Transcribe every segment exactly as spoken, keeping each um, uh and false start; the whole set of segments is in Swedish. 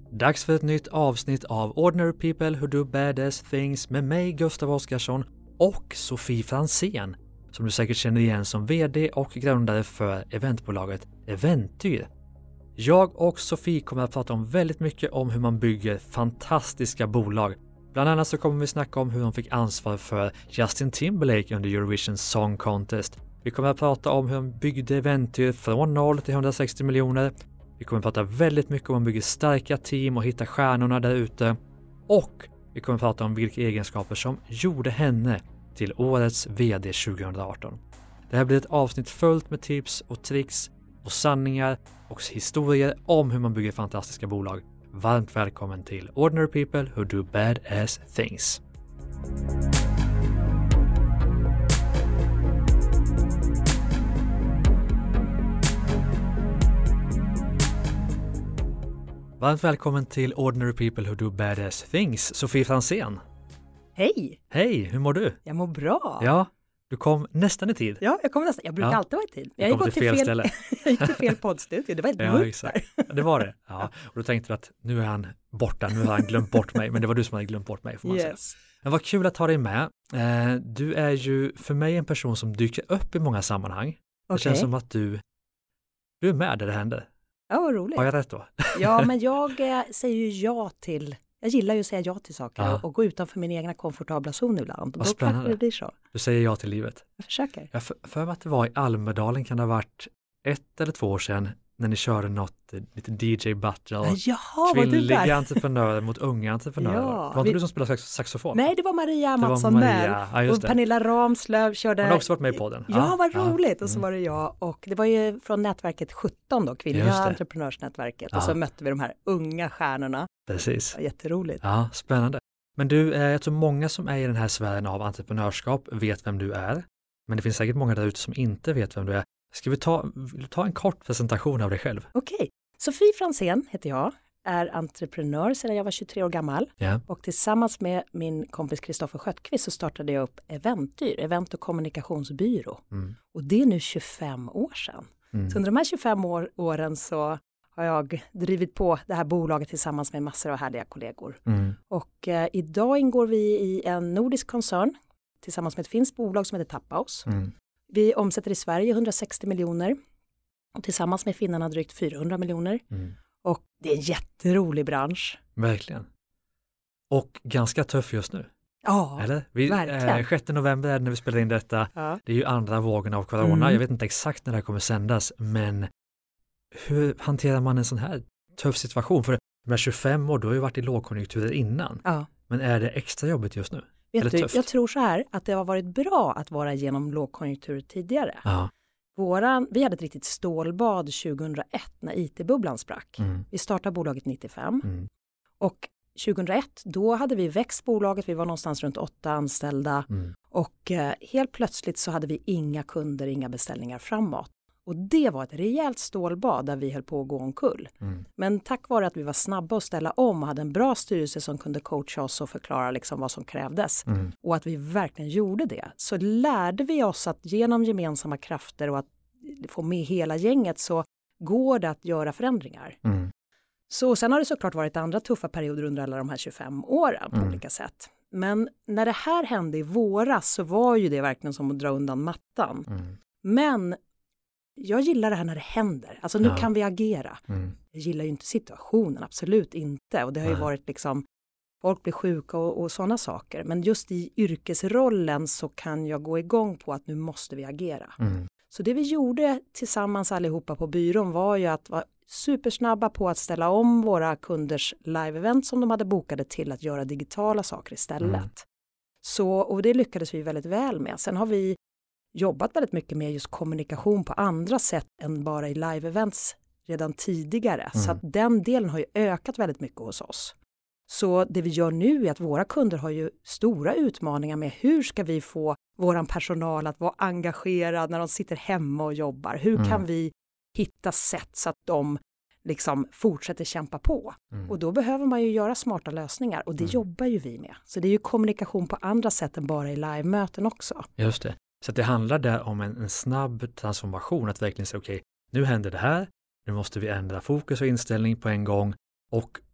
Dags för ett nytt avsnitt av Ordinary People Who Do Badass Things med mig, Gustav Oskarsson, och Sofie Franzén, som du säkert känner igen som vd och grundare för eventbolaget Eventyr. Jag och Sofie kommer att prata om väldigt mycket om hur man bygger fantastiska bolag. Bland annat så kommer vi snacka om hur de fick ansvar för Justin Timberlake under Eurovision Song Contest. Vi kommer att prata om hur de byggde Eventyr från noll till hundrasextio miljoner. Vi kommer att prata väldigt mycket om hur man bygger starka team och hittar stjärnorna där ute. Och vi kommer att prata om vilka egenskaper som gjorde henne till årets vd tjugoarton. Det här blir ett avsnitt fullt med tips och tricks och sanningar och historier om hur man bygger fantastiska bolag. Varmt välkommen till Ordinary People Who Do Badass Things. Varmt välkommen till Ordinary People Who Do Badass Things, Sofie Franzén. Hej! Hej, hur mår du? Jag mår bra. Ja, du kom nästan i tid. Ja, jag kom nästan. Jag brukar ja. alltid vara i tid. Jag, jag kom till fel, fel ställe. Jag gick till fel poddstudio. Det var helt ja, mörkt där. Ja, det var det. Ja. Och då tänkte du att nu är han borta, nu har han glömt bort mig. Men det var du som hade glömt bort mig, får man yes. säga. Men vad kul att ha dig med. Du är ju för mig en person som dyker upp i många sammanhang. Okay. Det känns som att du, du är med där det händer. Ja, vad roligt. Har jag rätt då? Ja, men jag eh, säger ju ja till, jag gillar ju att säga ja till saker ja. och, och gå utanför min egna komfortabla zon ibland. Och då kanske det blir så. Du säger ja till livet. Jag försöker. Jag för, för mig att det var i Almedalen, kan det ha varit ett eller två år sedan, när ni körde något, lite D J battle. Jaha, kvinnliga entreprenörer mot unga entreprenörer. Ja, var inte vi... du som spelade saxofon? Nej, det var Maria Mattsson Maria. Ja, och Pernilla Ramslöv körde. Hon har också varit med i podden. Ja, ja vad roligt. Ja. Och så var det jag. Och det var ju från nätverket sjutton då, kvinnliga entreprenörsnätverket. Ja. Och så mötte vi de här unga stjärnorna. Precis. Det var jätteroligt. Ja, spännande. Men du, jag tror många som är i den här sfären av entreprenörskap vet vem du är. Men det finns säkert många där ute som inte vet vem du är. Ska vi ta, ta en kort presentation av dig själv? Okej. Okay. Sofie Franzén heter jag, är entreprenör sedan jag var tjugotre år gammal. Yeah. Och tillsammans med min kompis Kristoffer Sköttqvist så startade jag upp Eventyr, event- och kommunikationsbyrå. Mm. Och det är nu tjugofem år sedan. Mm. Så under de här tjugofem år, åren så har jag drivit på det här bolaget tillsammans med massor av härliga kollegor. Mm. Och eh, idag ingår vi i en nordisk koncern tillsammans med ett finskt bolag som heter Tappaus. Mm. Vi omsätter i Sverige hundrasextio miljoner och tillsammans med finnarna drygt fyrahundra miljoner. Mm. Och det är en jätterolig bransch. Verkligen. Och ganska tuff just nu. Ja, eller? Vi, verkligen. Eh, sjätte november är det när vi spelar in detta. Ja. Det är ju andra vågen av corona. Mm. Jag vet inte exakt när det här kommer sändas, men hur hanterar man en sån här tuff situation? För de här tjugofem år, då har ju varit i lågkonjunkturer innan. Ja. Men är det extra jobbigt just nu? Vet du, jag tror så här att det har varit bra att vara genom lågkonjunktur tidigare. Ja. Våran, vi hade ett riktigt stålbad tjugohundraett när I T-bubblan sprack. Mm. Vi startade bolaget nittiofem. Mm. Och tjugohundraett, då hade vi växt bolaget. Vi var någonstans runt åtta anställda. Mm. Och eh, helt plötsligt så hade vi inga kunder, inga beställningar framåt. Och det var ett rejält stålbad där vi höll på att gå omkull. Mm. Men tack vare att vi var snabba att ställa om och hade en bra styrelse som kunde coacha oss och förklara liksom vad som krävdes. Mm. Och att vi verkligen gjorde det. Så lärde vi oss att genom gemensamma krafter och att få med hela gänget så går det att göra förändringar. Mm. Så sen har det såklart varit andra tuffa perioder under alla de här tjugofem åren på mm. olika sätt. Men när det här hände i våras så var ju det verkligen som att dra undan mattan. Mm. Men jag gillar det här när det händer. Alltså nu ja. kan vi agera. Mm. Jag gillar ju inte situationen, absolut inte. Och det har ju Nej. varit liksom, folk blir sjuka och, och sådana saker. Men just i yrkesrollen så kan jag gå igång på att nu måste vi agera. Mm. Så det vi gjorde tillsammans allihopa på byrån var ju att vara supersnabba på att ställa om våra kunders live-event som de hade bokade till att göra digitala saker istället. Mm. Så, och det lyckades vi väldigt väl med. Sen har vi jobbat väldigt mycket med just kommunikation på andra sätt än bara i live-events redan tidigare. Mm. Så att den delen har ju ökat väldigt mycket hos oss. Så det vi gör nu är att våra kunder har ju stora utmaningar med hur ska vi få våran personal att vara engagerad när de sitter hemma och jobbar. Hur mm. kan vi hitta sätt så att de liksom fortsätter kämpa på. Mm. Och då behöver man ju göra smarta lösningar och det mm. jobbar ju vi med. Så det är ju kommunikation på andra sätt än bara i live-möten också. Just det. Så att det handlar där om en, en snabb transformation, att verkligen säga okej, okay, nu händer det här, nu måste vi ändra fokus och inställning på en gång och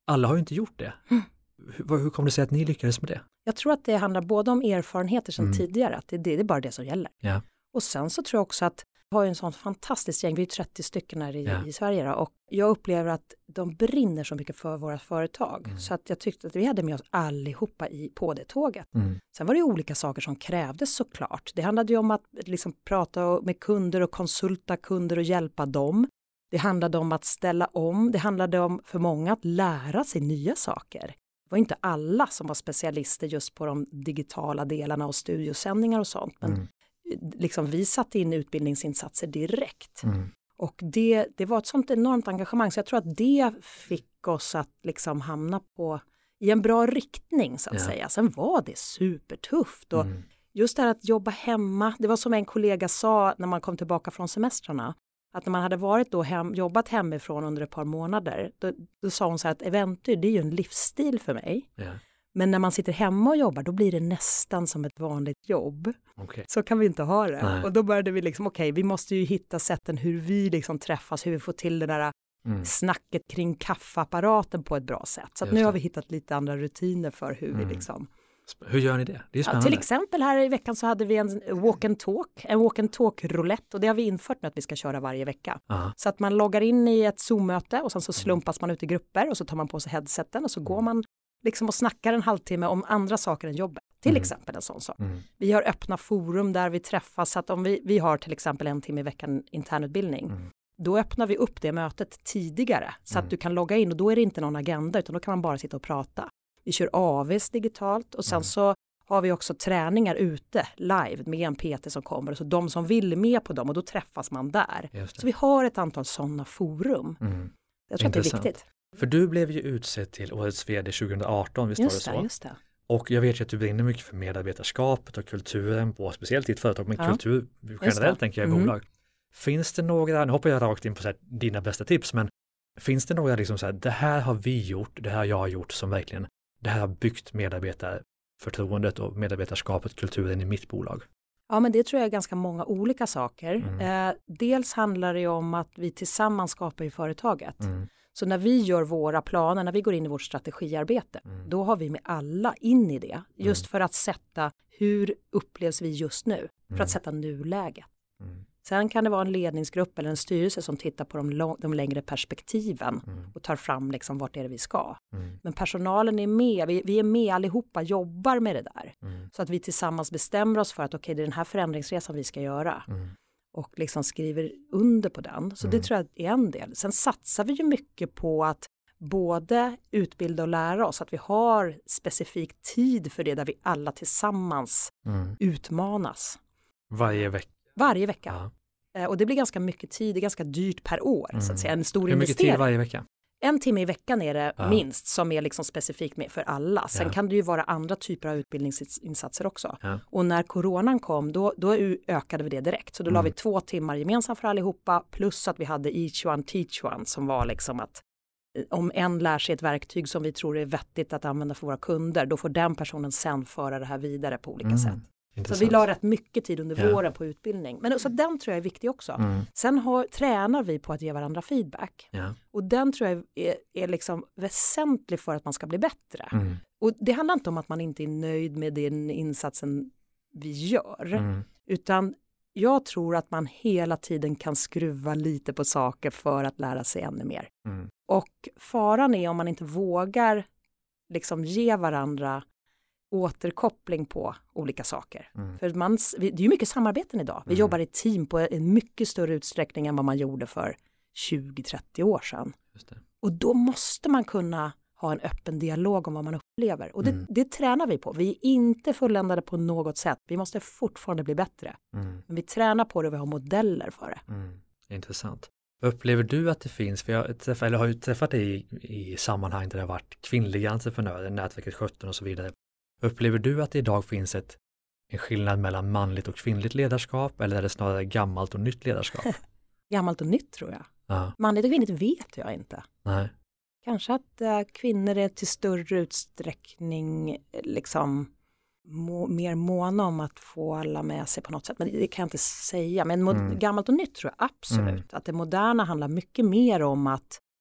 alla har ju inte gjort det. Mm. Hur, hur kom det sig att ni lyckades med det? Jag tror att det handlar både om erfarenheter sedan Mm. tidigare, att det, det är bara det som gäller. Ja. Och sen så tror jag också att vi har ju en sån fantastisk gäng, vi är trettio stycken här i, Ja. i Sverige då, och jag upplever att de brinner så mycket för våra företag. Mm. Så att jag tyckte att vi hade med oss allihopa i, på det tåget. Mm. Sen var det olika saker som krävdes såklart. Det handlade ju om att liksom prata med kunder och konsulta kunder och hjälpa dem. Det handlade om att ställa om. Det handlade om för många att lära sig nya saker. Det var inte alla som var specialister just på de digitala delarna och studiosändningar och sånt. Men Mm. liksom vi satte in utbildningsinsatser direkt. Mm. Och det, det var ett sånt enormt engagemang, så jag tror att det fick oss att liksom hamna på i en bra riktning så att Ja. säga. Sen var det supertufft och Mm. just det här att jobba hemma, det var som en kollega sa när man kom tillbaka från semestrarna, att när man hade varit då hem, jobbat hemifrån under ett par månader, då, då sa hon så här att Eventyr, det är ju en livsstil för mig. Ja. Men när man sitter hemma och jobbar, då blir det nästan som ett vanligt jobb. Okej. Så kan vi inte ha det. Nej. Och då började vi liksom, okej, okay, vi måste ju hitta sätten hur vi liksom träffas, hur vi får till det där Mm. snacket kring kaffeapparaten på ett bra sätt. Så att Just nu det. har vi hittat lite andra rutiner för hur Mm. vi liksom... Hur gör ni det? Det är Ja, spännande. till exempel här i veckan så hade vi en walk and talk, en walk and talk roulette, och det har vi infört nu att vi ska köra varje vecka. Aha. Så att man loggar in i ett Zoom-möte och sen så slumpas man ut i grupper och så tar man på sig headseten och så går man liksom och snackar en halvtimme om andra saker än jobbet. Till Mm. exempel en sån sak. Mm. Vi har öppna forum där vi träffas, så att om vi, vi har till exempel en timme i veckan internutbildning, Mm. då öppnar vi upp det mötet tidigare så Mm. att du kan logga in och då är det inte någon agenda utan då kan man bara sitta och prata. Vi kör A Vs digitalt och sen Mm. så har vi också träningar ute live med en P T som kommer, så de som vill är med på dem och då träffas man där. Just det. Så vi har ett antal sådana forum. Mm. Jag tror att det är Intressant. viktigt. För du blev ju utsedd till årets vd tjugoarton, visst var det Just så? det, just det. Och jag vet ju att du brinner mycket för medarbetarskapet och kulturen på speciellt ditt företag, men Ja. kultur generellt tänker jag i Mm. bolag. Finns det några, nu hoppar jag rakt in på så här, dina bästa tips, men finns det några liksom så här, det här har vi gjort, det här har jag gjort som verkligen, det här har byggt medarbetarförtroendet och medarbetarskapet, kulturen i mitt bolag? Ja, men det tror jag är ganska många olika saker. Mm. Eh, dels handlar det ju om att vi tillsammans skapar ju företaget. Mm. Så när vi gör våra planer, när vi går in i vårt strategiarbete, Mm. då har vi med alla in i det. Just Mm. för att sätta, hur upplevs vi just nu? För Mm. att sätta nuläget. Mm. Sen kan det vara en ledningsgrupp eller en styrelse som tittar på de, lång, de längre perspektiven Mm. och tar fram liksom vart är det vi ska. Mm. Men personalen är med, vi, vi är med allihopa, jobbar med det där. Mm. Så att vi tillsammans bestämmer oss för att okej, okay, det är den här förändringsresan vi ska göra. Mm. Och liksom skriver under på den. Så Mm. det tror jag är en del. Sen satsar vi ju mycket på att både utbilda och lära oss, att vi har specifik tid för det där vi alla tillsammans Mm. utmanas. Varje vecka? Varje vecka. Ja. Eh, Och det blir ganska mycket tid, det är ganska dyrt per år, Mm. så att säga, en stor Hur mycket investering. tid varje vecka? En timme i veckan är det Ja. minst som är liksom specifikt med för alla. Sen Ja. kan det ju vara andra typer av utbildningsinsatser också. Ja. Och när coronan kom, då, då ökade vi det direkt. Så då la Mm. vi två timmar gemensamt för allihopa, plus att vi hade each one teach one, som var liksom att eh, om en lär sig ett verktyg som vi tror är vettigt att använda för våra kunder, då får den personen sen föra det här vidare på olika Mm. sätt. Så Intressant. vi la rätt mycket tid under Ja. våren på utbildning. Men så den tror jag är viktig också. Mm. Sen har, tränar vi på att ge varandra feedback. Ja. Och den tror jag är, är liksom väsentlig för att man ska bli bättre. Mm. Och det handlar inte om att man inte är nöjd med den insatsen vi gör. Mm. Utan jag tror att man hela tiden kan skruva lite på saker för att lära sig ännu mer. Mm. Och faran är om man inte vågar liksom ge varandra återkoppling på olika saker. Mm. För man, det är ju mycket samarbeten idag. Vi Mm. jobbar i team på en mycket större utsträckning än vad man gjorde för tjugo till trettio år sedan. Just det. Och då måste man kunna ha en öppen dialog om vad man upplever. Och det, Mm. det tränar vi på. Vi är inte fulländade på något sätt. Vi måste fortfarande bli bättre. Mm. Men vi tränar på det och vi har modeller för det. Mm. Intressant. Upplever du att det finns, för jag träffar, eller har ju träffat dig i, i sammanhang där det har varit kvinnliga entreprenörer, nätverket sjutton och så vidare. Upplever du att det idag finns ett, en skillnad mellan manligt och kvinnligt ledarskap, eller är det snarare gammalt och nytt ledarskap? Gammalt och nytt tror jag. Ja, Manligt och kvinnligt vet jag inte. nej. Kanske att äh, kvinnor är till större utsträckning eh, liksom må, mer måna om att få alla med sig på något sätt. Men det, det kan jag inte säga. Men mod, Mm. gammalt och nytt tror jag absolut. Mm. Att det moderna handlar mycket mer om att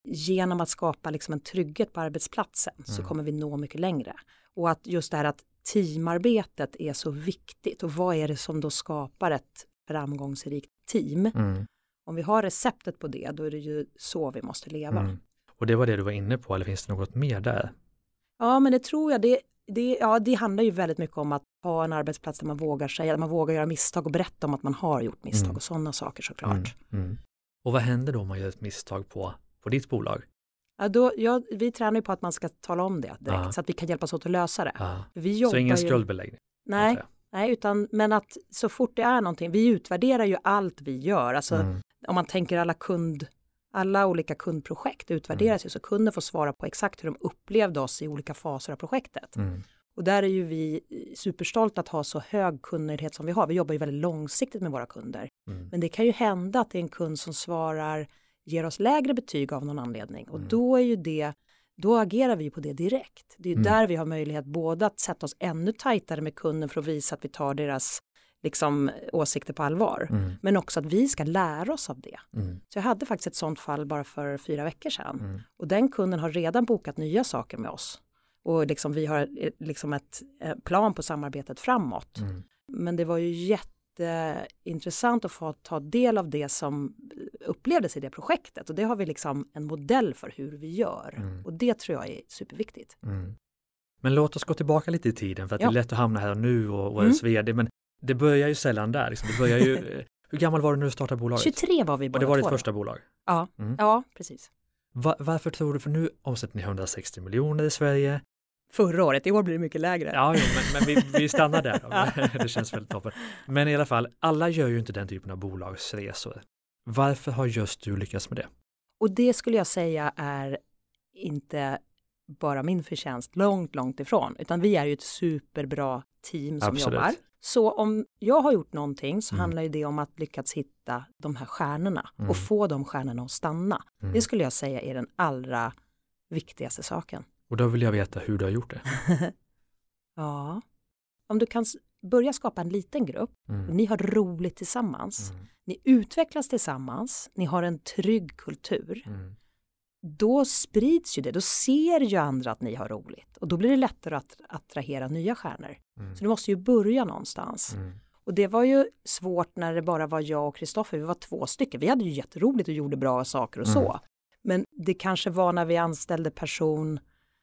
genom att skapa liksom en trygghet på arbetsplatsen mm. så kommer vi nå mycket längre. Och att just det här att teamarbetet är så viktigt. Och vad är det som då skapar ett framgångsrikt team? Mm. Om vi har receptet på det, då är det ju så vi måste leva. Mm. Och det var det du var inne på, eller finns det något mer där? Ja, men det tror jag. Det, det, ja, det handlar ju väldigt mycket om att ha en arbetsplats där man vågar säga, där man vågar göra misstag och berätta om att man har gjort misstag mm. och sådana saker såklart. Mm. Mm. Och vad händer då om man gör ett misstag på, på ditt bolag? Ja, då, ja, vi tränar ju på att man ska tala om det direkt ja. Så att vi kan hjälpas åt att lösa det. Ja. Vi så ingen ju... skuldbeläggning? Nej, nej utan, men att så fort det är någonting, vi utvärderar ju allt vi gör. Alltså mm. om man tänker alla kund, alla olika kundprojekt utvärderas mm. ju så kunden får svara på exakt hur de upplevde oss i olika faser av projektet. Mm. Och där är ju vi superstolta att ha så hög kundnöjdhet som vi har. Vi jobbar ju väldigt långsiktigt med våra kunder. Mm. Men det kan ju hända att det är en kund som svarar, ger oss lägre betyg av någon anledning. Och mm. då är ju det, då agerar vi på det direkt. Det är ju mm. där vi har möjlighet både att sätta oss ännu tajtare med kunden för att visa att vi tar deras liksom, åsikter på allvar. Mm. Men också att vi ska lära oss av det. Mm. Så jag hade faktiskt ett sånt fall bara för fyra veckor sedan. Mm. Och den kunden har redan bokat nya saker med oss. Och liksom vi har liksom ett plan på samarbetet framåt. Mm. Men det var ju jätteintressant att få ta del av det som upplevdes i det projektet. Och det har vi liksom en modell för hur vi gör. Mm. Och det tror jag är superviktigt. Mm. Men låt oss gå tillbaka lite i tiden. För att ja. Det är lätt att hamna här och nu och vara mm. vd. Men det börjar ju sällan där. Liksom. Det börjar ju, hur gammal var du när du startade bolaget? tjugotre var vi båda. Och det var ditt två första då. bolag? Ja, mm. ja precis. Va- varför tror du, för nu omsätter ni hundrasextio miljoner i Sverige. Förra året, i år blir det mycket lägre. Ja, jo, men, men vi, vi stannar där. Ja. Det känns väldigt toppen. Men i alla fall, alla gör ju inte den typen av bolagsresor. Varför har just du lyckats med det? Och det skulle jag säga är inte bara min förtjänst, långt, långt ifrån. Utan vi är ju ett superbra team som Absolut. Jobbar. Så om jag har gjort någonting så mm. handlar ju det om att lyckas hitta de här stjärnorna. Mm. Och få de stjärnorna att stanna. Mm. Det skulle jag säga är den allra viktigaste saken. Och då vill jag veta hur du har gjort det. Ja. Om du kan börja skapa en liten grupp. Mm. Och ni har roligt tillsammans. Mm. Ni utvecklas tillsammans. Ni har en trygg kultur. Mm. Då sprids ju det. Då ser ju andra att ni har roligt. Och då blir det lättare att attrahera nya stjärnor. Mm. Så du måste ju börja någonstans. Mm. Och det var ju svårt när det bara var jag och Kristoffer. Vi var två stycken. Vi hade ju jätteroligt och gjorde bra saker och mm. så. Men det kanske var när vi anställde person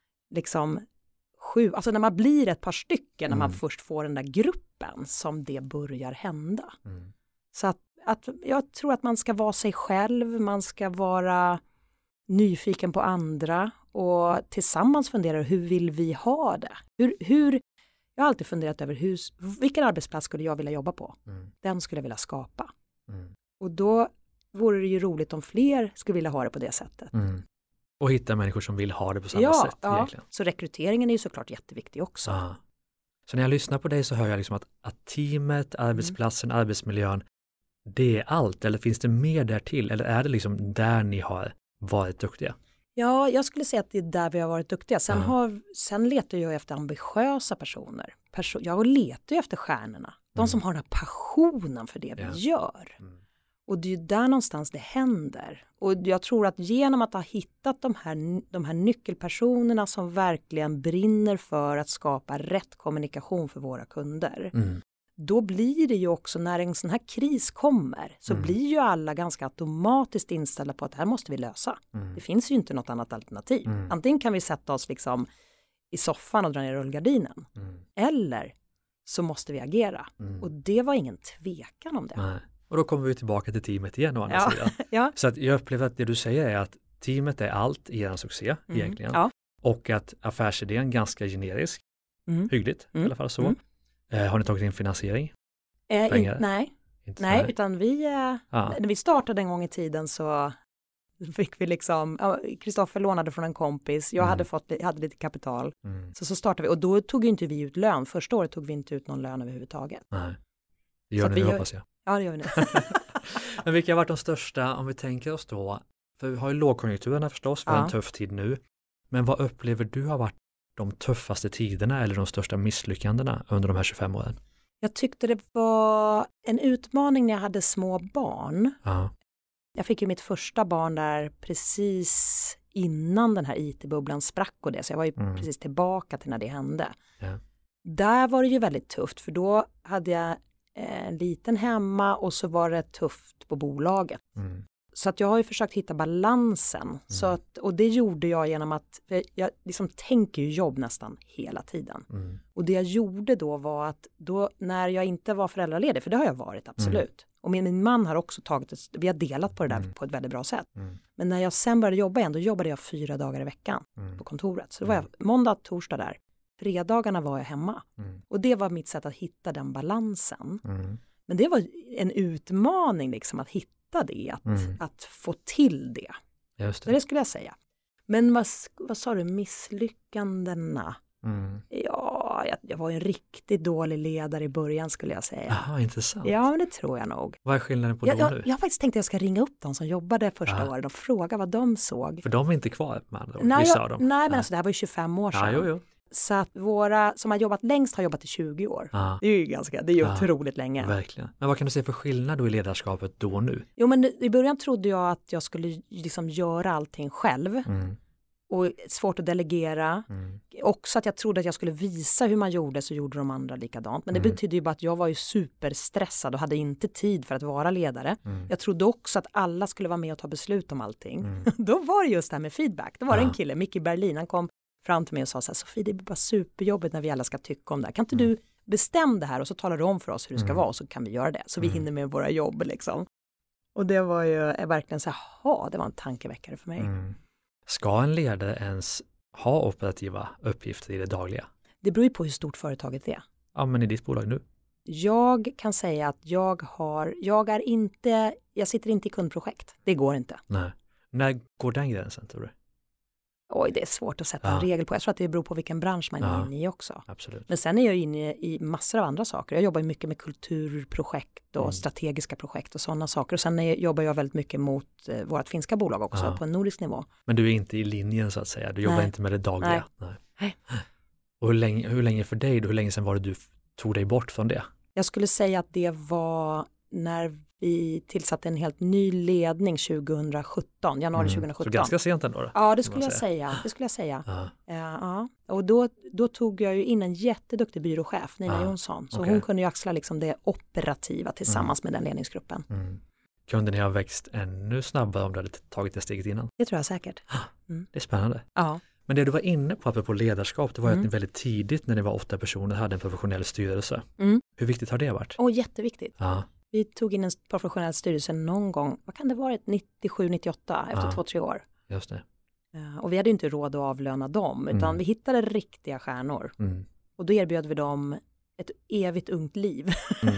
liksom sju. Alltså när man blir ett par stycken. Mm. När man först får den där gruppen som det börjar hända. Mm. Så att, att jag tror att man ska vara sig själv. Man ska vara nyfiken på andra och tillsammans fundera hur vill vi ha det? Hur, hur, jag har alltid funderat över hur, vilken arbetsplats skulle jag vilja jobba på? Mm. Den skulle jag vilja skapa. Mm. Och då vore det ju roligt om fler skulle vilja ha det på det sättet. Mm. Och hitta människor som vill ha det på samma ja, sätt. Ja, egentligen. Så rekryteringen är ju såklart jätteviktig också. Ah. Så när jag lyssnar på dig så hör jag liksom att, att teamet, arbetsplatsen, mm. arbetsmiljön, det är allt. Eller finns det mer där till? Eller är det liksom där ni har varit duktiga? Ja, jag skulle säga att det är där vi har varit duktiga. Sen, har, sen letar jag efter ambitiösa personer. Perso- jag letar ju efter stjärnorna. De mm. som har den här passionen för det vi ja. gör. Mm. Och det är ju där någonstans det händer. Och jag tror att genom att ha hittat de här, de här nyckelpersonerna som verkligen brinner för att skapa rätt kommunikation för våra kunder. Mm. Då blir det ju också när en sån här kris kommer så mm. blir ju alla ganska automatiskt inställda på att det här måste vi lösa. Mm. Det finns ju inte något annat alternativ. Mm. Antingen kan vi sätta oss liksom i soffan och dra ner rullgardinen. Mm. Eller så måste vi agera. Mm. Och det var ingen tvekan om det. Nej. Och då kommer vi tillbaka till teamet igen å andra ja. sidan. ja. Så att jag upplever att det du säger är att teamet är allt i er succé mm. egentligen. Ja. Och att affärsidén ganska generisk. Mm. Hyggligt mm. i alla fall så. Mm. Eh, har ni tagit in finansiering? Eh, in, nej, inte nej utan vi, eh, ah. när vi startade en gång i tiden så fick vi liksom, Kristoffer lånade från en kompis, jag mm. hade, fått, hade lite kapital. Mm. Så så startade vi, och då tog inte vi ut lön. Första året tog vi inte ut någon lön överhuvudtaget. Nej, det gör så ni, vi hoppas jag. Ja, det gör vi nu. Men vilka har varit de största, om vi tänker oss då, för vi har ju lågkonjunkturerna förstås, vi har ja. en tuff tid nu. Men vad upplever du har varit de tuffaste tiderna eller de största misslyckandena under de här tjugofem åren? Jag tyckte det var en utmaning när jag hade små barn. Ja. Jag fick ju mitt första barn där precis innan den här I T-bubblan sprack och det. Så jag var ju mm. precis tillbaka till när det hände. Ja. Där var det ju väldigt tufft för då hade jag en liten hemma och så var det tufft på bolaget. Mm. Så att jag har ju försökt hitta balansen. Mm. Så att, och det gjorde jag genom att jag liksom tänker ju jobb nästan hela tiden. Mm. Och det jag gjorde då var att då när jag inte var föräldraledig, för det har jag varit absolut. Mm. Och min, min man har också tagit ett, vi har delat på det där mm. på ett väldigt bra sätt. Mm. Men när jag sen började jobba igen, då jobbade jag fyra dagar i veckan mm. på kontoret. Så då var jag måndag, torsdag där. Fredagarna var jag hemma. Mm. Och det var mitt sätt att hitta den balansen. Mm. Men det var en utmaning liksom att hitta det. Att, mm. att få till det. Just det. Så det skulle jag säga. Men vad, vad sa du? Misslyckandena? Mm. Ja, jag, jag var en riktigt dålig ledare i början skulle jag säga. Jaha, intressant. Ja, men det tror jag nog. Vad är skillnaden på jag, dem jag, nu? Jag har faktiskt tänkt att jag ska ringa upp dem som jobbade första Aha. året och fråga vad de såg. För de är inte kvar med andra ord, nej, vissa jag, av dem. Nej, men alltså det här var ju tjugofem år sedan. Ja, jo, jo. Så att våra som har jobbat längst har jobbat i tjugo år. Ah. Det är ju ganska, det är ju ah. otroligt länge. Verkligen. Men vad kan du se för skillnad då i ledarskapet då och nu? Jo, men i början trodde jag att jag skulle liksom göra allting själv. Mm. Och svårt att delegera. Mm. Också att jag trodde att jag skulle visa hur man gjorde, så gjorde de andra likadant. Men det mm. betyder ju bara att jag var ju superstressad och hade inte tid för att vara ledare. Mm. Jag trodde också att alla skulle vara med och ta beslut om allting. Mm. Då var det just det här med feedback. Då var det en kille, Micke Berlin, han kom fram till mig och sa så här: Sofie, det är bara superjobbigt när vi alla ska tycka om det här. Kan inte mm. du bestämma det här och så talar du om för oss hur det ska mm. vara och så kan vi göra det. Så vi mm. hinner med våra jobb liksom. Och det var ju verkligen så här, ha, det var en tankeväckare för mig. Mm. Ska en ledare ens ha operativa uppgifter i det dagliga? Det beror ju på hur stort företaget är. Ja, men i ditt bolag nu? Jag kan säga att jag har, jag är inte, jag sitter inte i kundprojekt. Det går inte. Nej. När går den gränsen, tror du? Oj, det är svårt att sätta ja. en regel på. Jag tror att det beror på vilken bransch man ja. är inne i också. Absolut. Men sen är jag inne i massor av andra saker. Jag jobbar mycket med kulturprojekt och mm. strategiska projekt och sådana saker. Och sen är, jobbar jag väldigt mycket mot eh, vårt finska bolag också ja. på en nordisk nivå. Men du är inte i linjen så att säga. Du jobbar Nej. inte med det dagliga. Nej. Nej. Och hur länge, hur länge för dig då? Hur länge sedan var det du tog dig bort från det? Jag skulle säga att det var när vi tillsatte en helt ny ledning tjugosjutton, januari mm. tjugosjutton. Så ganska sent ändå då? Ja, det skulle jag säga. Det skulle jag säga. Ja. Uh, ja. Och då, då tog jag ju in en jätteduktig byråchef, Nina uh, Jonsson. Så okay. hon kunde ju axla liksom det operativa tillsammans mm. med den ledningsgruppen. Mm. Kunde ni ha växt ännu snabbare om du hade tagit det steget innan? Det tror jag säkert. Mm. Det är spännande. Ja. Men det du var inne på apropå ledarskap, det var mm. att ni väldigt tidigt när ni var åtta personer hade en professionell styrelse. Mm. Hur viktigt har det varit? Åh, jätteviktigt. Ja. Vi tog in en professionell styrelse någon gång, vad kan det vara, nittiosju nittioåtta, efter ja. två, tre år. Just det. Och vi hade inte råd att avlöna dem, utan mm. vi hittade riktiga stjärnor. Mm. Och då erbjöd vi dem ett evigt ungt liv. Mm.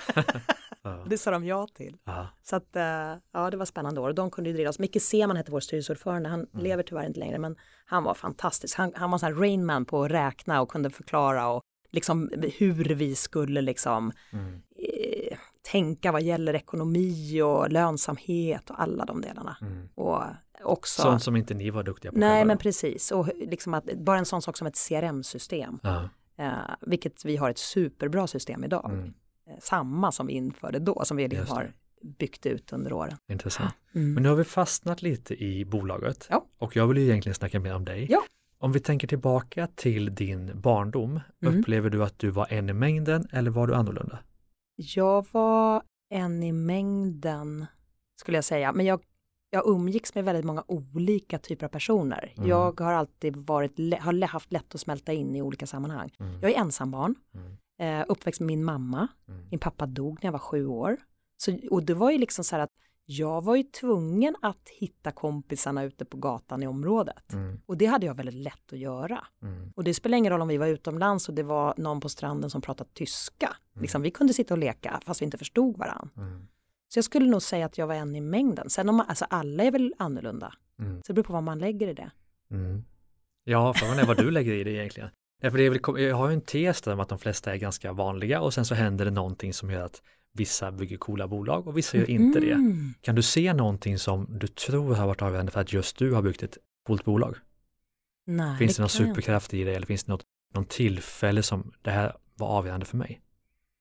ja. Det sa de ja till. Ja. Så att, ja, det var spännande år. Och de kunde ju driva oss. Micke Seman hette vår styrelseordförande. Han mm. lever tyvärr inte längre, men han var fantastisk. Han, han var så här Rain Man på att räkna och kunde förklara och liksom hur vi skulle liksom mm. eh, tänka vad gäller ekonomi och lönsamhet och alla de delarna. Mm. Och också, sånt som inte ni var duktiga på. Nej, själva. Men precis. Och liksom att, bara en sån sak som ett C R M-system. Ja. Eh, vilket vi har ett superbra system idag. Mm. Eh, samma som vi införde då, som vi liksom har byggt ut under åren. Intressant. Mm. Men nu har vi fastnat lite i bolaget. Ja. Och jag vill ju egentligen snacka mer om dig. Ja. Om vi tänker tillbaka till din barndom, mm. upplever du att du var en i mängden eller var du annorlunda? Jag var en i mängden, skulle jag säga. Men jag, jag umgicks med väldigt många olika typer av personer. Mm. Jag har alltid varit, har haft lätt att smälta in i olika sammanhang. Mm. Jag är ensambarn, mm. eh, uppväxt med min mamma. Mm. Min pappa dog när jag var sju år. Så, och det var ju liksom så här att jag var ju tvungen att hitta kompisarna ute på gatan i området. Mm. Och det hade jag väldigt lätt att göra. Mm. Och det spelar ingen roll om vi var utomlands och det var någon på stranden som pratade tyska. Mm. Liksom, vi kunde sitta och leka fast vi inte förstod varandra. Mm. Så jag skulle nog säga att jag var en i mängden. Sen om man, alltså alla är väl annorlunda. Mm. Så det beror på vad man lägger i det. Mm. Ja, frågan är vad du lägger i det egentligen. Ja, för det är väl, jag har ju en tes där om att de flesta är ganska vanliga och sen så händer det någonting som gör att vissa bygger coola bolag och vissa gör inte det. Mm. Kan du se någonting som du tror har varit avgörande för att just du har byggt ett coolt bolag? Nej, finns det, det någon superkraft i det eller finns det något, någon tillfälle som det här var avgörande för mig?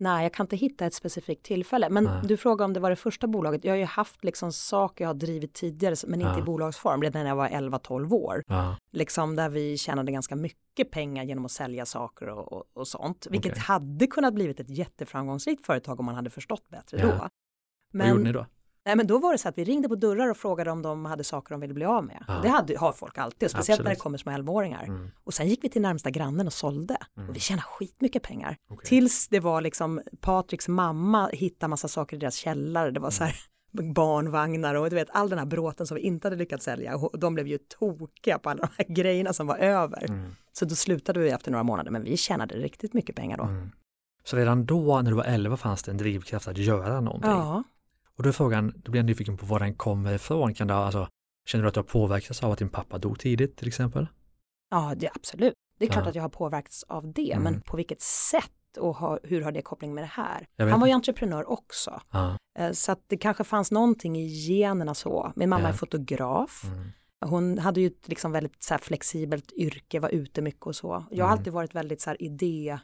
Nej, jag kan inte hitta ett specifikt tillfälle. Men Nej. Du frågar om det var det första bolaget. Jag har ju haft liksom saker jag har drivit tidigare men inte ja. i bolagsform. Redan när jag var elva tolv år. Ja. Liksom där vi tjänade ganska mycket pengar genom att sälja saker och, och, och sånt. Vilket okay. hade kunnat blivit ett jätteframgångsrikt företag om man hade förstått bättre ja. då. Men, vad gjorde ni då? Nej, men då var det så att vi ringde på dörrar och frågade om de hade saker de ville bli av med. Ja. Det hade, har folk alltid, speciellt Absolut. när det kommer små elvaåringar. Mm. Och sen gick vi till närmsta grannen och sålde. Mm. Och vi tjänade skitmycket pengar. Okay. Tills det var liksom Patriks mamma hittade massa saker i deras källare. Det var så här barnvagnar och du vet all den här bråten som vi inte hade lyckats sälja. Och de blev ju tokiga på alla de här grejerna som var över. Mm. Så då slutade vi efter några månader, men vi tjänade riktigt mycket pengar då. Mm. Så redan då när du var elva fanns det en drivkraft att göra någonting? Ja. Och då är frågan, då blir jag nyfiken på var den kommer ifrån. Kan du, alltså, känner du att du har påverkats av att din pappa dog tidigt till exempel? Ja, det, absolut. Det är klart ja. att jag har påverkats av det. Mm. Men på vilket sätt och ha, hur har det koppling med det här? Han var ju entreprenör också. Ja. Så att det kanske fanns någonting i generna så. Min mamma ja. är fotograf. Mm. Hon hade ju ett liksom väldigt så här flexibelt yrke, var ute mycket och så. Jag har mm. alltid varit väldigt så här idé...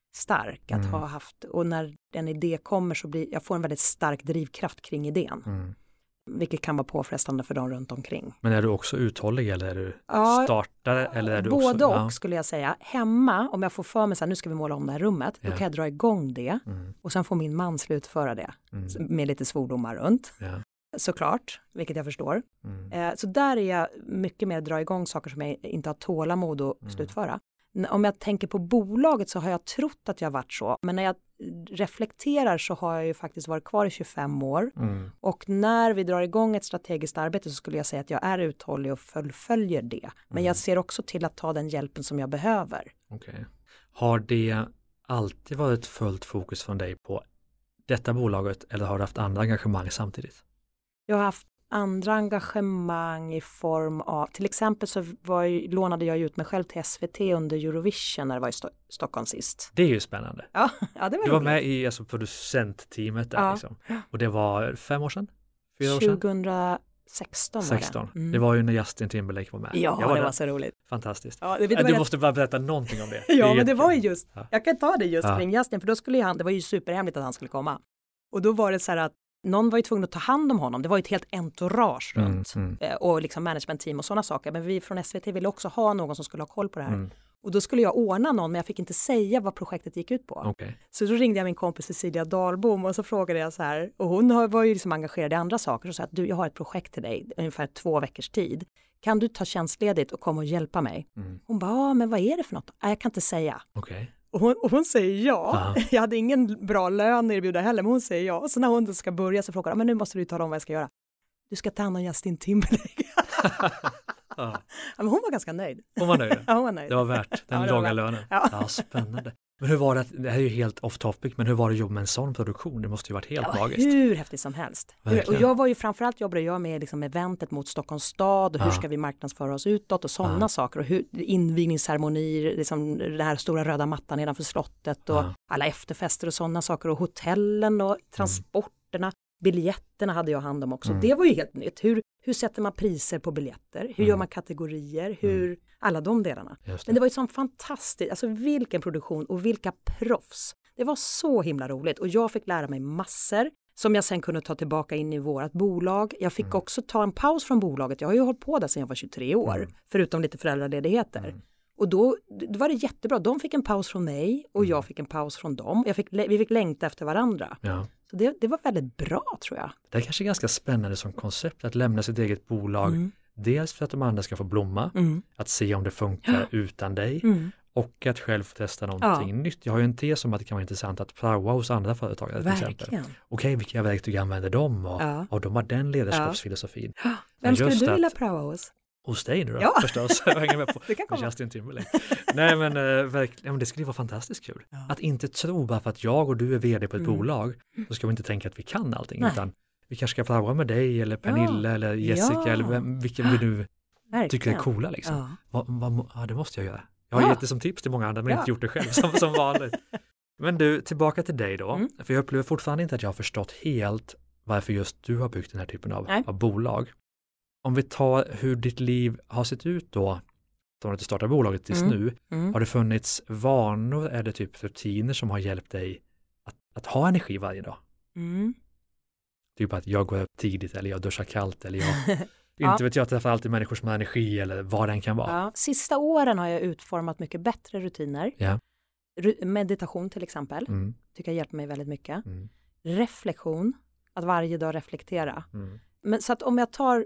stark att mm. ha haft, och när en idé kommer så blir jag får en väldigt stark drivkraft kring idén. Mm. Vilket kan vara påfrestande för dem runt omkring. Men är du också uthållig eller är du ja, startare? Eller är du både också, och ja. skulle jag säga. Hemma, om jag får för mig så här, nu ska vi måla om det här rummet, ja. då kan jag dra igång det mm. och sen får min man slutföra det mm. med lite svordomar runt. Ja. Såklart, vilket jag förstår. Mm. Eh, så där är jag mycket mer dra igång saker som jag inte har tålamod att mm. slutföra. Om jag tänker på bolaget så har jag trott att jag varit så. Men när jag reflekterar så har jag ju faktiskt varit kvar i tjugofem år. Mm. Och när vi drar igång ett strategiskt arbete så skulle jag säga att jag är uthållig och fullföljer det. Men mm. jag ser också till att ta den hjälpen som jag behöver. Okay. Har det alltid varit fullt fokus från dig på detta bolaget eller har du haft andra engagemang samtidigt? Jag har haft andra engagemang i form av, till exempel så var ju, lånade jag ut mig själv till S V T under Eurovision när det var i Sto- Stockholm sist. Det är ju spännande. Ja, ja det var Du var roligt. Med i alltså, producentteamet där ja. liksom. Och det var fem år sedan? Fyra år sedan? tjugohundrasexton var det. sexton. Mm. Det var ju när Justin Timberlake var med. Ja, var det där. var så roligt. Fantastiskt. Ja, det, du jag... måste bara berätta någonting om det. ja, det men det var ju just, ja. jag kan ta det just ja. kring Justin, för då skulle ju han, det var ju superhemligt att han skulle komma. Och då var det så här att någon var ju tvungen att ta hand om honom. Det var ju ett helt entourage runt. Mm, mm. Och liksom managementteam och sådana saker. Men vi från S V T ville också ha någon som skulle ha koll på det här. Mm. Och då skulle jag ordna någon, men jag fick inte säga vad projektet gick ut på. Okay. Så då ringde jag min kompis Cecilia Dahlbom och så frågade jag så här. Och hon var ju liksom engagerad i andra saker. Och sa att du, jag har ett projekt till dig, ungefär två veckors tid. Kan du ta tjänstledigt och komma och hjälpa mig? Mm. Hon bara, ja, men vad är det för något? Nej, jag kan inte säga. Okej. Okay. Och hon, och hon säger ja. Aha. Jag hade ingen bra lön att erbjuda heller, men hon säger ja. Och så när hon då ska börja så frågar hon, men nu måste du tala om vad jag ska göra. Du ska ta hand om Justin Timberlake. ja. Men hon var ganska nöjd. Hon var nöjd? Ja, hon var nöjd. Det var värt den ja, låga lönen. Ja. ja, spännande. Men hur var det, det här är ju helt off topic, men hur var det jobb med en sån produktion? Det måste ju varit helt ja, magiskt. Hur häftigt som helst. Verkligen. Och jag var ju framförallt jobbade jag med liksom eventet mot Stockholms stad och hur ja. ska vi marknadsföra oss utåt och sådana ja. saker. Och hur, invigningsceremonier, liksom den här stora röda mattan nedanför slottet och ja. alla efterfester och sådana saker. Och hotellen och transporterna. Mm. Biljetterna hade jag hand om också. Mm. Det var ju helt nytt. Hur, hur sätter man priser på biljetter? Hur mm. gör man kategorier? Hur, mm. alla de delarna. Det. Men det var ju sån fantastiskt, alltså vilken produktion och vilka proffs. Det var så himla roligt och jag fick lära mig massor som jag sen kunde ta tillbaka in i vårat bolag. Jag fick mm. också ta en paus från bolaget. Jag har ju hållit på där sedan jag var tjugotre år, mm. förutom lite föräldraledigheter. Mm. Och då, då var det jättebra. De fick en paus från mig och jag fick en paus från dem. Jag fick, vi fick längta efter varandra. Ja. Så det, det var väldigt bra, tror jag. Det är kanske ganska spännande som koncept att lämna sitt eget bolag. Mm. Dels för att de andra ska få blomma. Mm. Att se om det funkar ja. utan dig. Mm. Och att själv få testa någonting ja. nytt. Jag har ju en tes om att det kan vara intressant att praoa hos andra företagare till exempel. Okej, vilka verktyg använder de? Och, ja. och de har den ledarskapsfilosofin. Ja. Vem skulle du vilja praoa hos? Hos dig nu då, ja. förstås. Jag hänger med på det kan komma. Justin Timberlake. Nej, men äh, verkligen, men det skulle vara fantastiskt kul. Ja. Att inte tro bara för att jag och du är vd på ett mm. bolag så ska vi inte tänka att vi kan allting. Nej. Utan vi kanske ska praoa med dig eller Pernilla ja. eller Jessica ja. eller vem, vilken vi nu verkligen. tycker är coola. Liksom. Ja. Va, va, ja, det måste jag göra. Jag har ja. gett det som tips till många andra men ja. inte gjort det själv som, som vanligt. Men du, tillbaka till dig då. Mm. För jag upplever fortfarande inte att jag har förstått helt varför just du har byggt den här typen av, av bolag. Om vi tar hur ditt liv har sett ut då, från att du startade bolaget tills mm. nu, mm. har det funnits vanor, är det typ rutiner som har hjälpt dig att, att ha energi varje dag. Mm. Typ att jag går upp tidigt eller jag duschar kallt eller jag ja. inte vet jag träffar alltid människor som har energi eller vad den kan vara. Ja. Sista åren har jag utformat mycket bättre rutiner. Ja. Ru- meditation till exempel. Mm. Tycker jag hjälper mig väldigt mycket. Mm. Reflektion. Att varje dag reflektera. Mm. Men så att om jag tar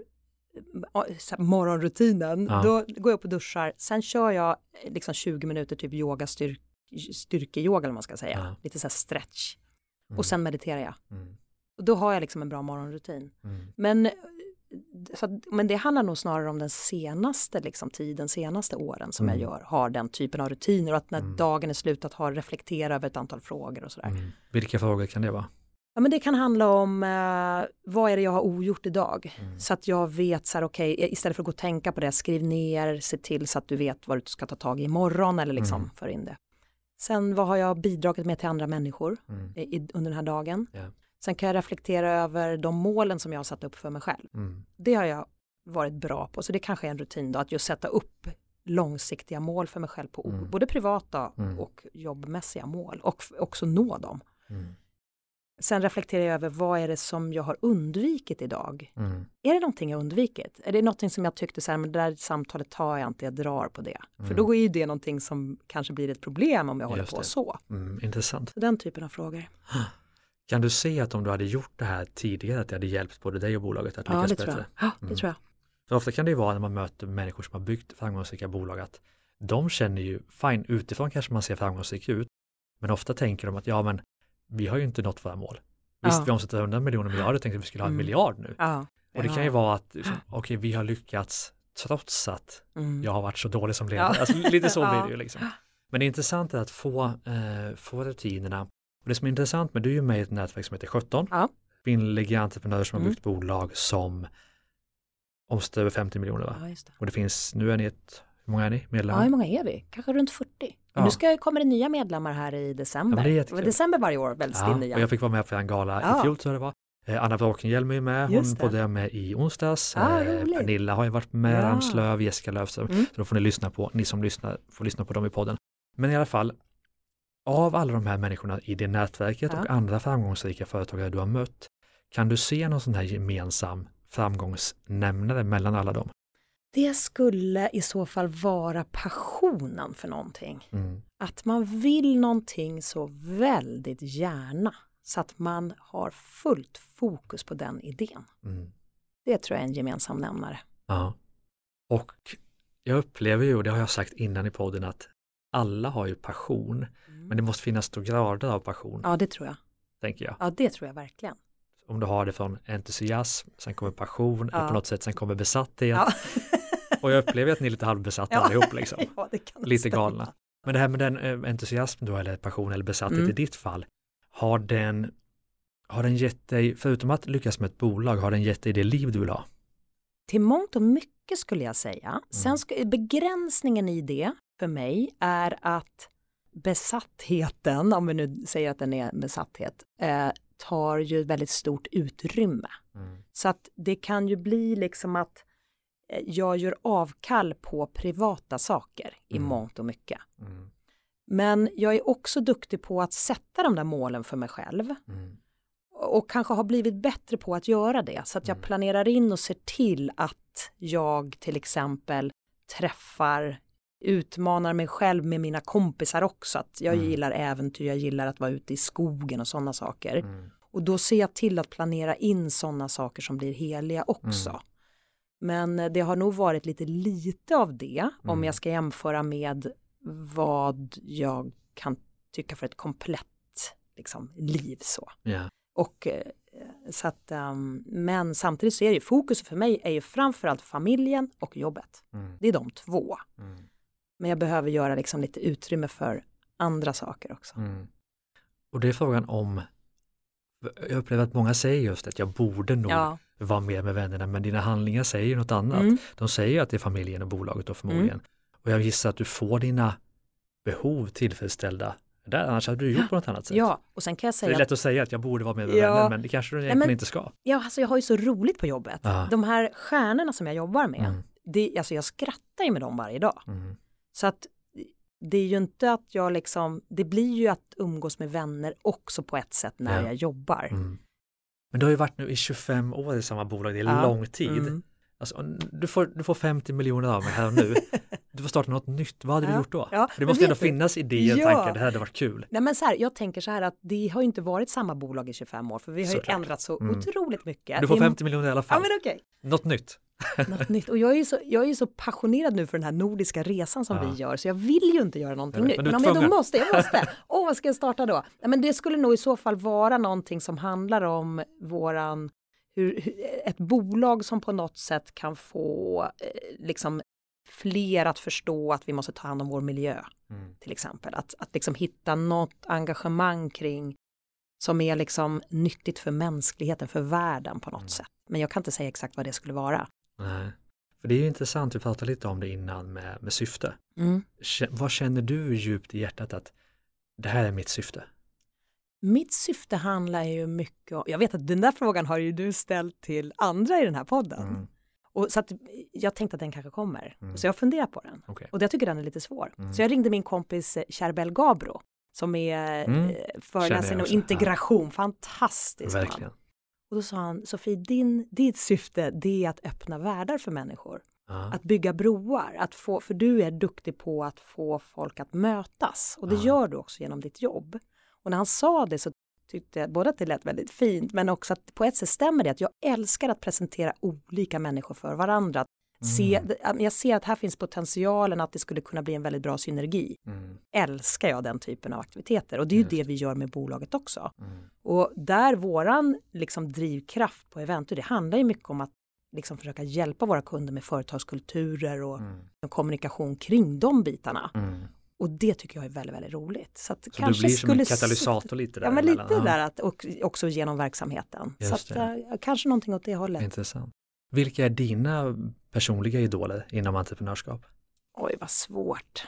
så här, morgonrutinen, ja. Då går jag upp och duschar. Sen kör jag liksom tjugo minuter typ yoga, styr, styrkeyoga eller man ska säga. Ja. Lite så här stretch. Mm. Och sen mediterar jag. Mm. Och då har jag liksom en bra morgonrutin. Mm. Men, så att, men det handlar nog snarare om den senaste liksom, tiden, senaste åren som mm. jag gör. Har den typen av rutiner och att när mm. dagen är slut att ha reflektera över ett antal frågor och sådär. Mm. Vilka frågor kan det vara? Ja, men det kan handla om eh, vad är det jag har ogjort idag. Mm. Så att jag vet så här, okej, okay, istället för att gå och tänka på det, skriv ner, se till så att du vet vad du ska ta tag i imorgon eller liksom mm. för in det. Sen vad har jag bidragit med till andra människor mm. i, under den här dagen. Yeah. Sen kan jag reflektera över de målen som jag har satt upp för mig själv. Mm. Det har jag varit bra på. Så det kanske är en rutin då, att just sätta upp långsiktiga mål för mig själv på mm. både privata mm. och jobbmässiga mål. Och också nå dem. Mm. Sen reflekterar jag över vad är det som jag har undvikit idag. Mm. Är det någonting jag har undvikit? Är det någonting som jag tyckte så här, men det där samtalet tar jag inte, jag drar på det. Mm. För då är ju det någonting som kanske blir ett problem om jag håller på så. Mm, intressant. Så den typen av frågor. Kan du se att om du hade gjort det här tidigare att det hade hjälpt både dig och bolaget att lyckas ja, det bättre? Tror jag. Ja, det mm. tror jag. För ofta kan det ju vara när man möter människor som har byggt framgångsrika bolag att de känner ju, fine, utifrån kanske man ser framgångsrik ut, men ofta tänker de att ja men vi har ju inte nått våra mål. Visst, ja. vi omsätter hundra miljoner miljarder, tänkte att vi skulle ha en mm. miljard nu. Ja. Och det kan ju vara att, liksom, okej, okay, vi har lyckats trots att mm. jag har varit så dålig som ledare. Ja. Alltså, lite så blir det ju liksom. Men det är intressant att få, eh, få rutinerna. Och det som är intressant med, du är ju med i ett nätverk som heter sjutton. Ja. Kvinnliga entreprenörer som mm. har byggt bolag som omsätter över femtio miljoner. Va? Ja, just det. Och det finns, nu är ni ett, hur många är ni medlemmar? Ja, hur många är vi? Kanske runt fyrtio. Ja. Nu ska, kommer det nya medlemmar här i december. Ja, det var december varje år, väldigt ja, nya. Och jag fick vara med på en gala ja. i fjol tror jag det var. Eh, Anna Bråkenhielm är med, hon poddade med i onsdags. Ah, eh, Pernilla har ju varit med, ja. Ramslöv, Jessica Löfström. Mm. Så då får ni lyssna på, ni som lyssnar får lyssna på dem i podden. Men i alla fall, av alla de här människorna i det nätverket ja. och andra framgångsrika företagare du har mött, kan du se någon sån här gemensam framgångsnämnare mellan alla dem? Det skulle i så fall vara passionen för någonting. Mm. Att man vill någonting så väldigt gärna. Så att man har fullt fokus på den idén. Mm. Det tror jag är en gemensam nämnare. Ja. Och jag upplever ju, och det har jag sagt innan i podden, att alla har ju passion. Mm. Men det måste finnas då grader av passion. Ja, det tror jag. Tänker jag. Ja, det tror jag verkligen. Om du har det från entusiasm, sen kommer passion, ja. eller på något sätt sen kommer besatthet. Ja. Och jag upplever att ni är lite halvbesatta ja. allihop liksom. Ja, det kan lite stämma. galna. Men det här med den entusiasm då, eller passion eller besatthet mm. i ditt fall, har den, har den gett dig, förutom att lyckas med ett bolag, har den gett dig det liv du vill ha? Till mångt och mycket skulle jag säga. Mm. Sen ska, begränsningen i det för mig är att besattheten, om vi nu säger att den är besatthet, eh, tar ju väldigt stort utrymme. Mm. Så att det kan ju bli liksom att jag gör avkall på privata saker i mm. mångt och mycket. Mm. Men jag är också duktig på att sätta de där målen för mig själv. Mm. Och kanske har blivit bättre på att göra det. Så att jag mm. planerar in och ser till att jag till exempel träffar, utmanar mig själv med mina kompisar också. Att jag mm. gillar äventyr, jag gillar att vara ute i skogen och sådana saker. Mm. Och då ser jag till att planera in sådana saker som blir heliga också. Mm. Men det har nog varit lite lite av det mm. om jag ska jämföra med vad jag kan tycka för ett komplett liksom, liv så. Yeah. Och så att, um, men samtidigt så är det ju, fokus för mig är ju framförallt familjen och jobbet. Mm. Det är de två. Mm. Men jag behöver göra liksom lite utrymme för andra saker också. Mm. Och det är frågan om, jag upplever att många säger just att jag borde nog ja. vara med med vännerna, men dina handlingar säger ju något annat. Mm. De säger att det är familjen och bolaget då förmodligen. Mm. Och jag gissar att du får dina behov tillfredsställda där, annars hade du gjort på något annat sätt. Ja, och sen kan jag säga... Det är lätt att säga att jag borde vara med med ja. vänner, men det kanske du egentligen ja, men, inte ska. Ja, alltså jag har ju så roligt på jobbet. Aha. De här stjärnorna som jag jobbar med, mm. det, alltså jag skrattar ju med dem varje dag. Mm. Så att det är ju inte att jag liksom, det blir ju att umgås med vänner också på ett sätt när ja. jag jobbar. Mm. Men du har ju varit nu i tjugofem år i samma bolag, det är ja. lång tid. Mm. Alltså, du, får, du får femtio miljoner av mig här och nu. Du får starta något nytt. Vad hade ja. du gjort då? Ja. Det måste ändå finnas idéer och ja. tankar. Det här hade varit kul. Nej, men så här, jag tänker så här att det har ju inte varit samma bolag i tjugofem år. För vi har så ju klart. ändrat så mm. otroligt mycket. Du får femtio miljoner i alla fall. Ja, men okej. Något nytt. Något nytt. Och jag är ju så, jag är ju så passionerad nu för den här nordiska resan som ja. vi gör. Så jag vill ju inte göra någonting nytt. Men, men om jag då måste, jag måste. Åh, oh, vad ska jag starta då? Nej, men det skulle nog i så fall vara någonting som handlar om våran Hur, hur, ett bolag som på något sätt kan få eh, liksom fler att förstå att vi måste ta hand om vår miljö mm. till exempel. Att, att liksom hitta något engagemang kring som är liksom nyttigt för mänskligheten, för världen på något mm. sätt. Men jag kan inte säga exakt vad det skulle vara. Nej, för det är ju intressant, vi pratade lite om det innan med, med syfte. Mm. Vad känner du djupt i hjärtat att det här är mitt syfte? Mitt syfte handlar ju mycket om, jag vet att den där frågan har ju du ställt till andra i den här podden. Mm. Och så att jag tänkte att den kanske kommer. Mm. Så jag funderar på den. Okay. Och jag tycker den är lite svår. Mm. Så jag ringde min kompis Charbel Gabro som är mm. föreläsare inom integration. Ja. Fantastisk. Verkligen. Man. Och då sa han, Sofie, din, ditt syfte det är att öppna världar för människor. Ja. Att bygga broar. Att få, för du är duktig på att få folk att mötas. Och det ja. gör du också genom ditt jobb. Och när han sa det så tyckte jag både att det lät väldigt fint men också att på ett sätt stämmer det att jag älskar att presentera olika människor för varandra. Att se, mm. Jag ser att här finns potentialen att det skulle kunna bli en väldigt bra synergi. Mm. Älskar jag den typen av aktiviteter och det är ju Just. det vi gör med bolaget också. Mm. Och där våran liksom drivkraft på Eventur, det handlar ju mycket om att liksom försöka hjälpa våra kunder med företagskulturer och mm. kommunikation kring de bitarna. Mm. Och det tycker jag är väldigt, väldigt roligt. Så, att så kanske du blir skulle som en katalysator lite där? Ja, men lite där att, och också genom verksamheten. Just så att, uh, kanske någonting åt det hållet. Intressant. Vilka är dina personliga idoler inom entreprenörskap? Oj, vad svårt.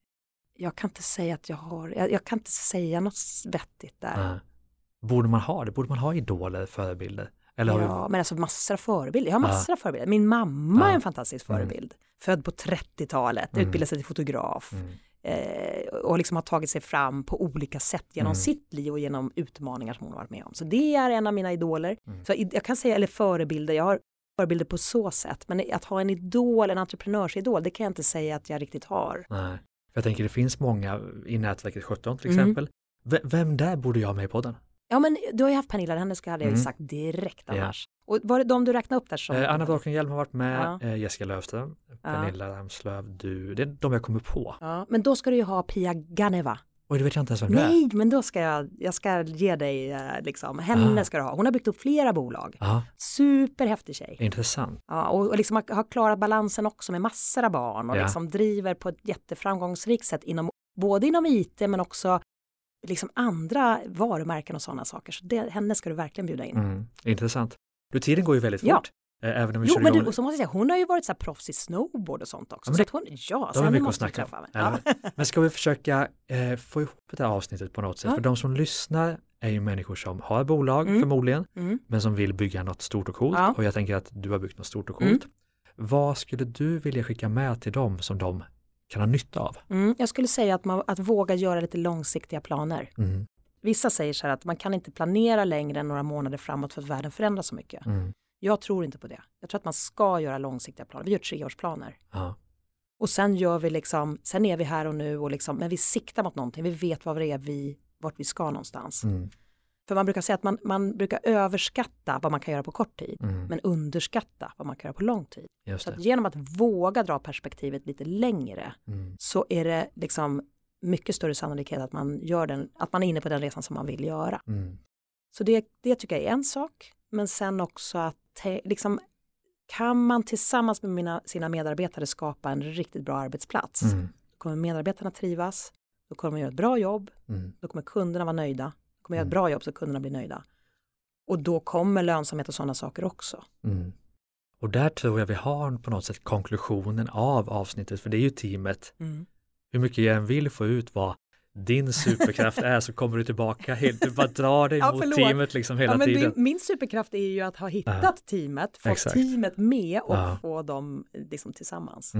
Jag kan inte säga att jag har, jag, jag kan inte säga något vettigt där. Nej. Borde man ha det? Borde man ha idoler, förebilder? Eller ja, har vi... men alltså massor av förebilder. Jag har massor av förebilder. Min mamma ja. är en fantastisk förebild. Mm. Född på trettiotalet, mm. utbildade sig till fotograf. Mm. Eh, och liksom har tagit sig fram på olika sätt genom mm. sitt liv och genom utmaningar som hon har varit med om. Så det är en av mina idoler. Mm. Så jag kan säga, eller förebilder, jag har förebilder på så sätt. Men att ha en idol, en entreprenörsidol, det kan jag inte säga att jag riktigt har. Nej, jag tänker det finns många i nätverket sjutton till exempel. Mm. V- vem där borde jag ha med i podden? Ja, men du har ju haft Pernilla, henne ska hade jag ju mm. sagt direkt annars. Ja. Och var det de du räknade upp där som? Eh, Anna Bråkenhielm har varit med, ja. eh, Jessica Löfström, Pernilla ja. Ramslöv, du, det är de jag kommer på. Ja, men då ska du ju ha Pia Ganeva. Oj, det vet jag inte ens vem Nej, det är. Nej, men då ska jag, jag ska ge dig eh, liksom, henne ah. ska du ha. Hon har byggt upp flera bolag. Ah. Superhäftig tjej. Intressant. Ja, och, och liksom har, har klarat balansen också med massor av barn och ja. liksom driver på ett jätteframgångsrikt sätt inom, både inom I T men också liksom andra varumärken och sådana saker. Så det, henne ska du verkligen bjuda in. Mm, intressant. Du, tiden går ju väldigt ja. fort. Även om vi jo, kör men igång... du, och så måste jag säga, hon har ju varit så här proffs i snowboard och sånt också. Ja, men det, så att hon, ja, så henne måste du träffa mig. Ja. Men ska vi försöka eh, få ihop det här avsnittet på något sätt? Ja. För de som lyssnar är ju människor som har bolag mm. förmodligen, mm. men som vill bygga något stort och coolt. Ja. Och jag tänker att du har byggt något stort och coolt. Mm. Vad skulle du vilja skicka med till dem som de kan ha nytta av? Mm. Jag skulle säga att, man, att våga göra lite långsiktiga planer. Mm. Vissa säger så här att man kan inte planera längre än några månader framåt för att världen förändras så mycket. Mm. Jag tror inte på det. Jag tror att man ska göra långsiktiga planer. Vi gör treårsplaner. Ja. Och sen gör vi liksom, sen är vi här och nu och liksom, men vi siktar mot någonting. Vi vet vad det är vi, vart vi ska någonstans. Mm. För man brukar säga att man, man brukar överskatta vad man kan göra på kort tid. Mm. Men underskatta vad man kan göra på lång tid. Just så det. att genom att våga dra perspektivet lite längre mm. så är det liksom mycket större sannolikhet att man gör den, att man är inne på den resan som man vill göra. Mm. Så det, det tycker jag är en sak. Men sen också att te, liksom, kan man tillsammans med mina, sina medarbetare skapa en riktigt bra arbetsplats. Mm. Då kommer medarbetarna trivas. Då kommer de göra ett bra jobb. Mm. Då kommer kunderna vara nöjda. Då kommer mm. göra ett bra jobb så kunderna blir nöjda. Och då kommer lönsamhet och sådana saker också. Mm. Och där tror jag vi har på något sätt konklusionen av avsnittet. För det är ju teamet. Mm. Hur mycket jag än vill få ut vad din superkraft är så kommer du tillbaka helt, du bara drar dig ja, mot teamet liksom hela ja, men tiden. Det, min superkraft är ju att ha hittat ja. teamet, få Exakt. teamet med och ja. få dem liksom tillsammans. Mm.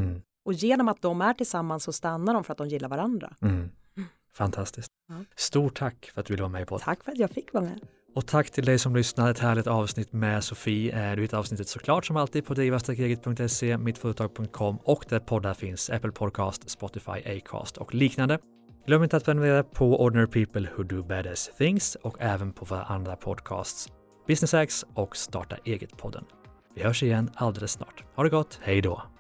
Och genom att de är tillsammans så stannar de för att de gillar varandra. Mm. Fantastiskt. Ja. Stort tack för att du ville vara med på det. Tack för att jag fick vara med. Och tack till dig som lyssnar. Ett härligt avsnitt med Sofie. Du hittar avsnittet såklart som alltid på driva eget punkt se, mittföretag punkt com och där poddar finns Apple Podcast, Spotify, Acast och liknande. Glöm inte att prenumerera på Ordinary People Who Do Badass Things och även på våra andra podcasts Business Hacks och Starta Eget-podden. Vi hörs igen alldeles snart. Ha det gott, hej då!